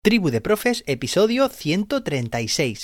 Tribu de Profes, episodio 136.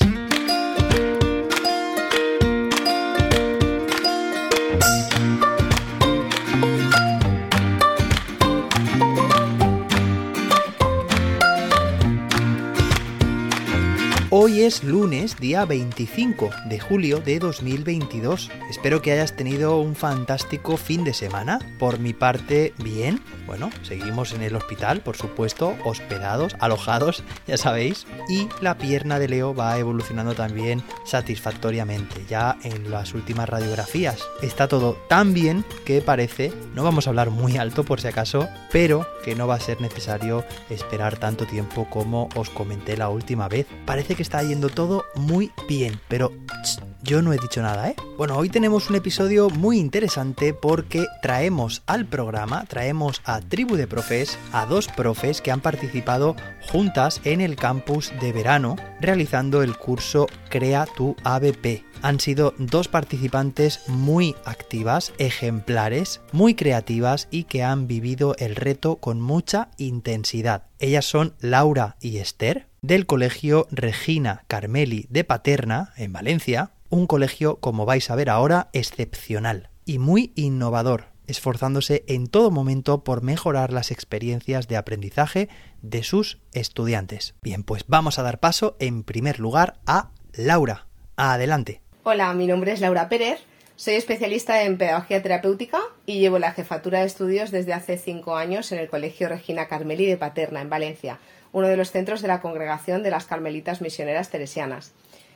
Hoy es lunes, día 25 de julio de 2022. Espero que hayas tenido un fantástico fin de semana. Por mi parte, bien. Bueno, seguimos en el hospital, por supuesto, hospedados, alojados, ya sabéis. Y la pierna de Leo va evolucionando también satisfactoriamente. Ya en las últimas radiografías está todo tan bien que parece, no vamos a hablar muy alto por si acaso, pero que no va a ser necesario esperar tanto tiempo como os comenté la última vez. Parece que está yendo todo muy bien, pero yo no he dicho nada, ¿eh? Bueno, hoy tenemos un episodio muy interesante porque traemos al programa, traemos a Tribu de Profes, a dos profes que han participado juntas en el campus de verano realizando el curso Crea tu ABP. Han sido dos participantes muy activas, ejemplares, muy creativas y que han vivido el reto con mucha intensidad. Ellas son Laura y Esther, del colegio Regina Carmeli de Paterna, en Valencia, un colegio, como vais a ver ahora, excepcional y muy innovador, esforzándose en todo momento por mejorar las experiencias de aprendizaje de sus estudiantes. Bien, pues vamos a dar paso en primer lugar a Laura. Adelante. Hola, mi nombre es Laura Pérez, soy especialista en pedagogía terapéutica y llevo la jefatura de estudios desde hace 5 años en el colegio Regina Carmeli de Paterna, en Valencia, uno de los centros de la congregación de las Carmelitas Misioneras Teresianas.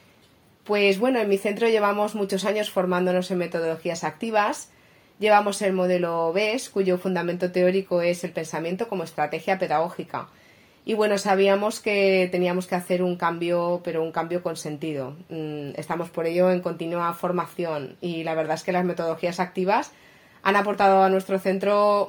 Pues bueno, en mi centro llevamos muchos años formándonos en metodologías activas, llevamos el modelo BES, cuyo fundamento teórico es el pensamiento como estrategia pedagógica. Y bueno, sabíamos que teníamos que hacer un cambio, pero un cambio con sentido. Estamos por ello en continua formación y la verdad es que las metodologías activas han aportado a nuestro centro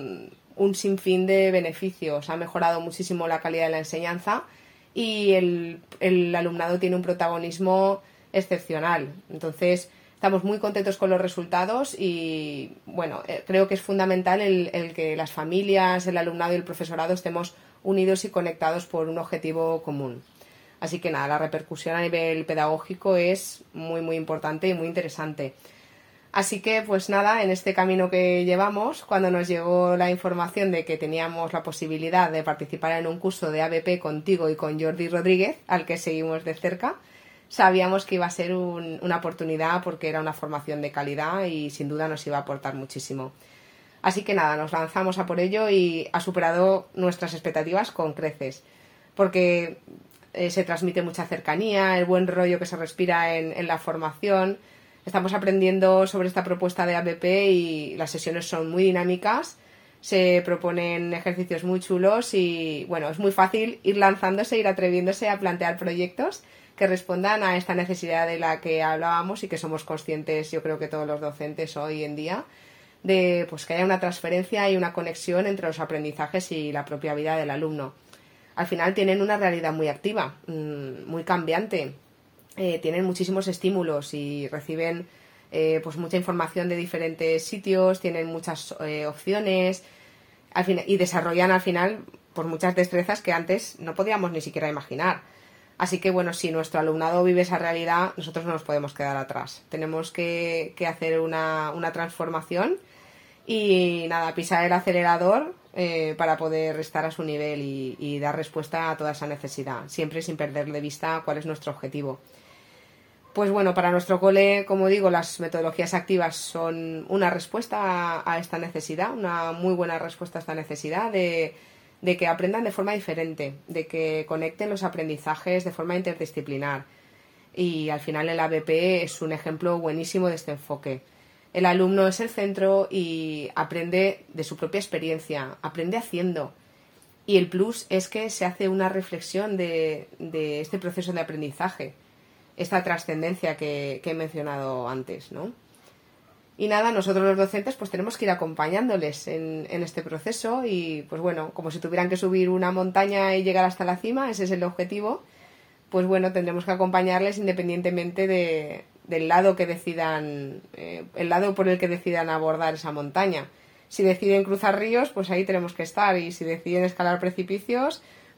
un sinfín de beneficios. Ha mejorado muchísimo la calidad de la enseñanza y el alumnado tiene un protagonismo excepcional. Entonces, estamos muy contentos con los resultados y bueno, creo que es fundamental el que las familias, el alumnado y el profesorado estemos unidos y conectados por un objetivo común. Así que nada, la repercusión a nivel pedagógico es muy muy importante y muy interesante. Así que pues nada, en este camino que llevamos, cuando nos llegó la información de que teníamos la posibilidad de participar en un curso de ABP contigo y con Jordi Rodríguez, al que seguimos de cerca, sabíamos que iba a ser una oportunidad porque era una formación de calidad y sin duda nos iba a aportar muchísimo. Así que nada, nos lanzamos a por ello y ha superado nuestras expectativas con creces, porque se transmite mucha cercanía, el buen rollo que se respira en la formación. Estamos aprendiendo sobre esta propuesta de ABP y las sesiones son muy dinámicas, se proponen ejercicios muy chulos y bueno, es muy fácil ir lanzándose, ir atreviéndose a plantear proyectos que respondan a esta necesidad de la que hablábamos y que somos conscientes, yo creo que todos los docentes hoy en día, de pues que haya una transferencia y una conexión entre los aprendizajes y la propia vida del alumno. Al final tienen una realidad muy activa, muy cambiante, tienen muchísimos estímulos y reciben pues mucha información de diferentes sitios, tienen muchas opciones al final, y desarrollan al final pues muchas destrezas que antes no podíamos ni siquiera imaginar. Así que bueno, si nuestro alumnado vive esa realidad, nosotros no nos podemos quedar atrás. Tenemos que hacer una transformación y nada, pisar el acelerador para poder estar a su nivel y dar respuesta a toda esa necesidad, siempre sin perder de vista cuál es nuestro objetivo. Pues bueno, para nuestro cole, como digo, las metodologías activas son una respuesta a esta necesidad, una muy buena respuesta a esta necesidad de que aprendan de forma diferente, de que conecten los aprendizajes de forma interdisciplinar. Y al final el ABP es un ejemplo buenísimo de este enfoque. El alumno es el centro y aprende de su propia experiencia, aprende haciendo. Y el plus es que se hace una reflexión de este proceso de aprendizaje, esta trascendencia que he mencionado antes, ¿no? Y nada, nosotros los docentes pues tenemos que ir acompañándoles en este proceso y pues bueno, como si tuvieran que subir una montaña y llegar hasta la cima, ese es el objetivo, pues bueno, tendremos que acompañarles independientemente del lado que decidan, el lado por el que decidan abordar esa montaña. Si deciden cruzar ríos, pues ahí tenemos que estar y si deciden escalar precipicios,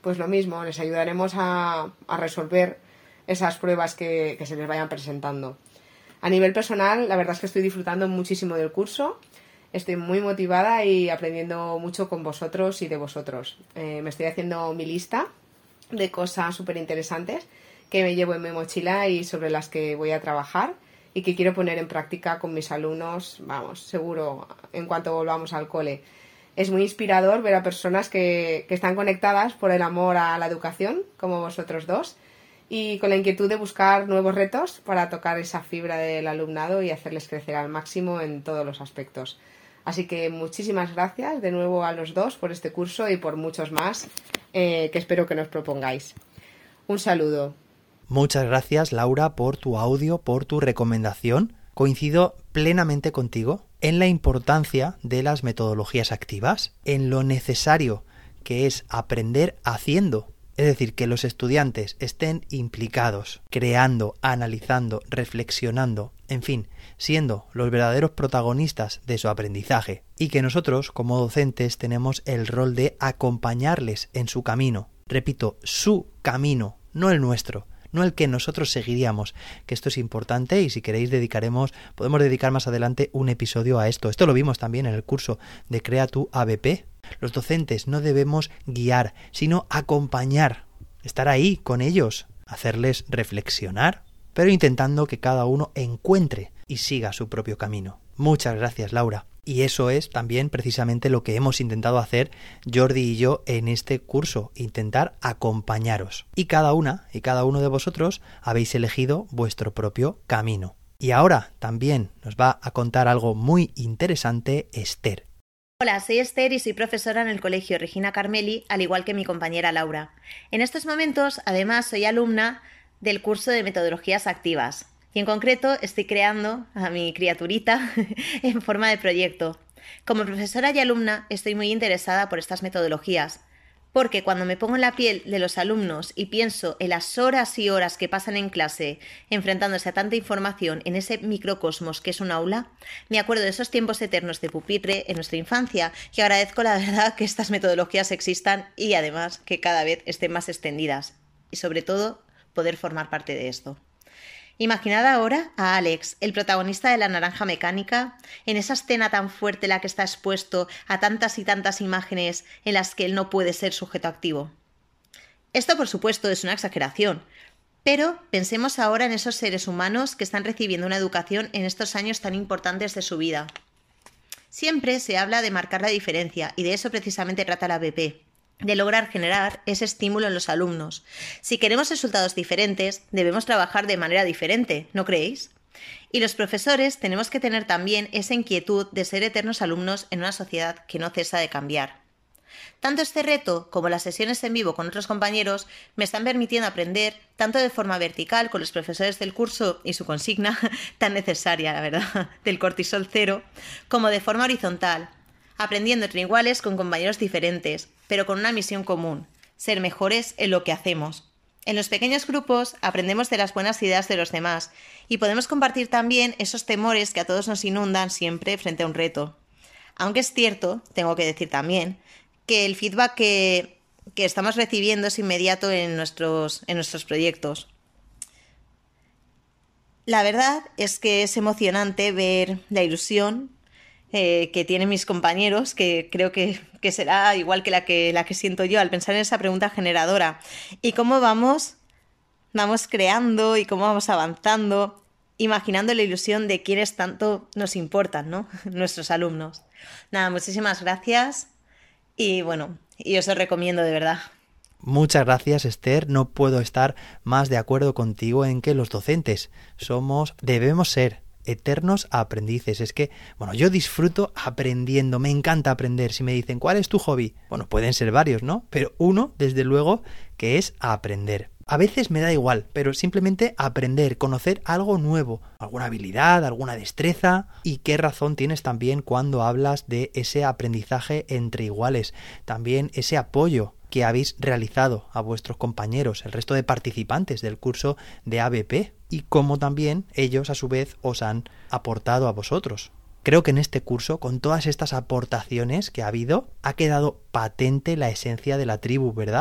pues lo mismo, les ayudaremos a resolver esas pruebas que se les vayan presentando. A nivel personal, la verdad es que estoy disfrutando muchísimo del curso, estoy muy motivada y aprendiendo mucho con vosotros y de vosotros. Me estoy haciendo mi lista de cosas súper interesantes que me llevo en mi mochila y sobre las que voy a trabajar y que quiero poner en práctica con mis alumnos, vamos, seguro, en cuanto volvamos al cole. Es muy inspirador ver a personas que están conectadas por el amor a la educación, como vosotros dos, y con la inquietud de buscar nuevos retos para tocar esa fibra del alumnado y hacerles crecer al máximo en todos los aspectos. Así que muchísimas gracias de nuevo a los dos por este curso y por muchos más que espero que nos propongáis. Un saludo. Muchas gracias, Laura, por tu audio, por tu recomendación. Coincido plenamente contigo en la importancia de las metodologías activas, en lo necesario que es aprender haciendo. Es decir, que los estudiantes estén implicados, creando, analizando, reflexionando, en fin, siendo los verdaderos protagonistas de su aprendizaje, y que nosotros, como docentes, tenemos el rol de acompañarles en su camino. Repito, su camino, no el nuestro, no el que nosotros seguiríamos, que esto es importante y si queréis podemos dedicar más adelante un episodio a esto. Esto lo vimos también en el curso de Crea tu ABP. Los docentes no debemos guiar, sino acompañar, estar ahí con ellos, hacerles reflexionar, pero intentando que cada uno encuentre y siga su propio camino. Muchas gracias, Laura. Y eso es también precisamente lo que hemos intentado hacer Jordi y yo en este curso, intentar acompañaros. Y cada una y cada uno de vosotros habéis elegido vuestro propio camino. Y ahora también nos va a contar algo muy interesante Esther. Hola, soy Esther y soy profesora en el Colegio Regina Carmeli, al igual que mi compañera Laura. En estos momentos, además, soy alumna del curso de metodologías activas. Y en concreto estoy creando a mi criaturita en forma de proyecto. Como profesora y alumna estoy muy interesada por estas metodologías, porque cuando me pongo en la piel de los alumnos y pienso en las horas y horas que pasan en clase enfrentándose a tanta información en ese microcosmos que es un aula, me acuerdo de esos tiempos eternos de pupitre en nuestra infancia y agradezco la verdad que estas metodologías existan y además que cada vez estén más extendidas y sobre todo poder formar parte de esto. Imaginad ahora a Alex, el protagonista de La Naranja Mecánica, en esa escena tan fuerte en la que está expuesto a tantas y tantas imágenes en las que él no puede ser sujeto activo. Esto, por supuesto, es una exageración, pero pensemos ahora en esos seres humanos que están recibiendo una educación en estos años tan importantes de su vida. Siempre se habla de marcar la diferencia y de eso precisamente trata la ABP. De lograr generar ese estímulo en los alumnos. Si queremos resultados diferentes, debemos trabajar de manera diferente, ¿no creéis? Y los profesores tenemos que tener también esa inquietud de ser eternos alumnos en una sociedad que no cesa de cambiar. Tanto este reto como las sesiones en vivo con otros compañeros me están permitiendo aprender tanto de forma vertical con los profesores del curso y su consigna tan necesaria, la verdad, del cortisol cero, como de forma horizontal, aprendiendo entre iguales con compañeros diferentes, pero con una misión común, ser mejores en lo que hacemos. En los pequeños grupos aprendemos de las buenas ideas de los demás y podemos compartir también esos temores que a todos nos inundan siempre frente a un reto. Aunque es cierto, tengo que decir también, que el feedback que estamos recibiendo es inmediato en nuestros proyectos. La verdad es que es emocionante ver la ilusión que tienen mis compañeros, que creo que será igual que la que siento yo al pensar en esa pregunta generadora. Y cómo vamos creando y cómo vamos avanzando, imaginando la ilusión de quienes tanto nos importan, ¿no? Nuestros alumnos. Nada, muchísimas gracias y bueno, y os lo recomiendo de verdad. Muchas gracias, Esther. No puedo estar más de acuerdo contigo en que los docentes debemos ser eternos aprendices. Es que, bueno, yo disfruto aprendiendo, me encanta aprender. Si me dicen, ¿cuál es tu hobby? Bueno, pueden ser varios, ¿no? Pero uno, desde luego, que es aprender. A veces me da igual, pero simplemente aprender, conocer algo nuevo, alguna habilidad, alguna destreza. Y qué razón tienes también cuando hablas de ese aprendizaje entre iguales, también ese apoyo que habéis realizado a vuestros compañeros, el resto de participantes del curso de ABP, y cómo también ellos a su vez os han aportado a vosotros. Creo que en este curso, con todas estas aportaciones que ha habido, ha quedado patente la esencia de la tribu, ¿verdad?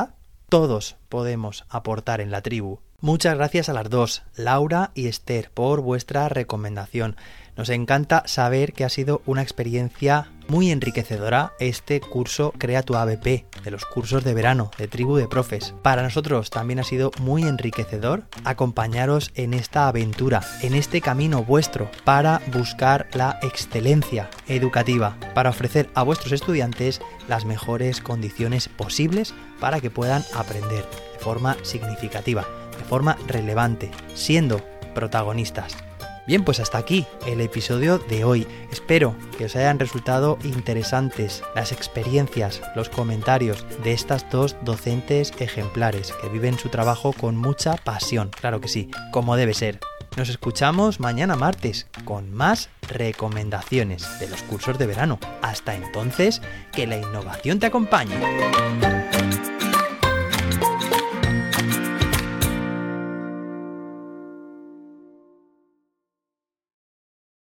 todos podemos aportar en la tribu. Muchas gracias a las dos, Laura y Esther, por vuestra recomendación. Nos encanta saber que ha sido una experiencia muy enriquecedora este curso Crea tu ABP, de los cursos de verano de Tribu de Profes. Para nosotros también ha sido muy enriquecedor acompañaros en esta aventura, en este camino vuestro para buscar la excelencia educativa, para ofrecer a vuestros estudiantes las mejores condiciones posibles para que puedan aprender de forma significativa, de forma relevante, siendo protagonistas. Bien, pues hasta aquí el episodio de hoy. Espero que os hayan resultado interesantes las experiencias, los comentarios de estas dos docentes ejemplares que viven su trabajo con mucha pasión. Claro que sí, como debe ser. Nos escuchamos mañana martes con más recomendaciones de los cursos de verano. Hasta entonces, que la innovación te acompañe.